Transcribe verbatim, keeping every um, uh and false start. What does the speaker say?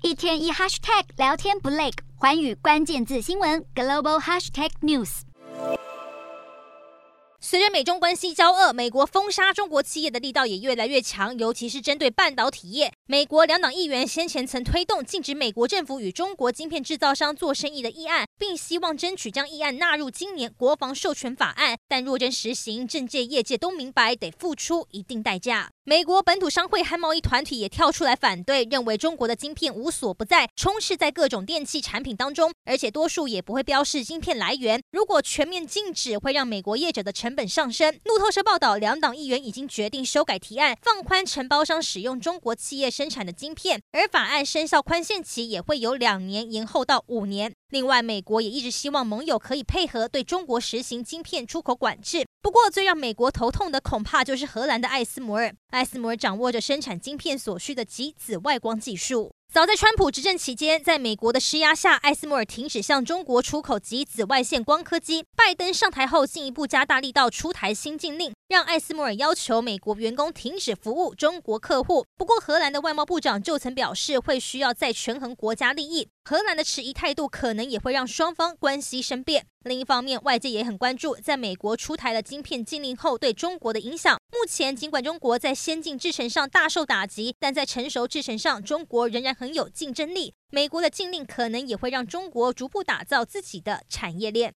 一天一 hashtag 聊天不累，寰宇关键字新闻 global hashtag news。 随着美中关系交恶，美国封杀中国企业的力道也越来越强，尤其是针对半导体业。美国两党议员先前曾推动禁止美国政府与中国晶片制造商做生意的议案，并希望争取将议案纳入今年国防授权法案。但若真实行，政界业界都明白得付出一定代价。美国本土商会和贸易团体也跳出来反对，认为中国的晶片无所不在，充斥在各种电器产品当中，而且多数也不会标示晶片来源。如果全面禁止，会让美国业者的成本上升。路透社报道，两党议员已经决定修改提案，放宽承包商使用中国企业生产的晶片，而法案生效宽限期也会由两年延后到五年。另外，美国也一直希望盟友可以配合对中国实行晶片出口管制。不过，最让美国头痛的恐怕就是荷兰的艾斯摩尔。艾斯摩尔掌握着生产晶片所需的极紫外光技术。早在川普执政期间，在美国的施压下，艾斯摩尔停止向中国出口极紫外线光刻机。拜登上台后，进一步加大力道出台新禁令，让艾斯摩尔要求美国员工停止服务中国客户。不过，荷兰的外贸部长就曾表示，会需要再权衡国家利益。荷兰的迟疑态度可能也会让双方关系生变。另一方面，外界也很关注在美国出台了晶片禁令后对中国的影响。目前，尽管中国在先进制程上大受打击，但在成熟制程上，中国仍然很有竞争力。美国的禁令可能也会让中国逐步打造自己的产业链。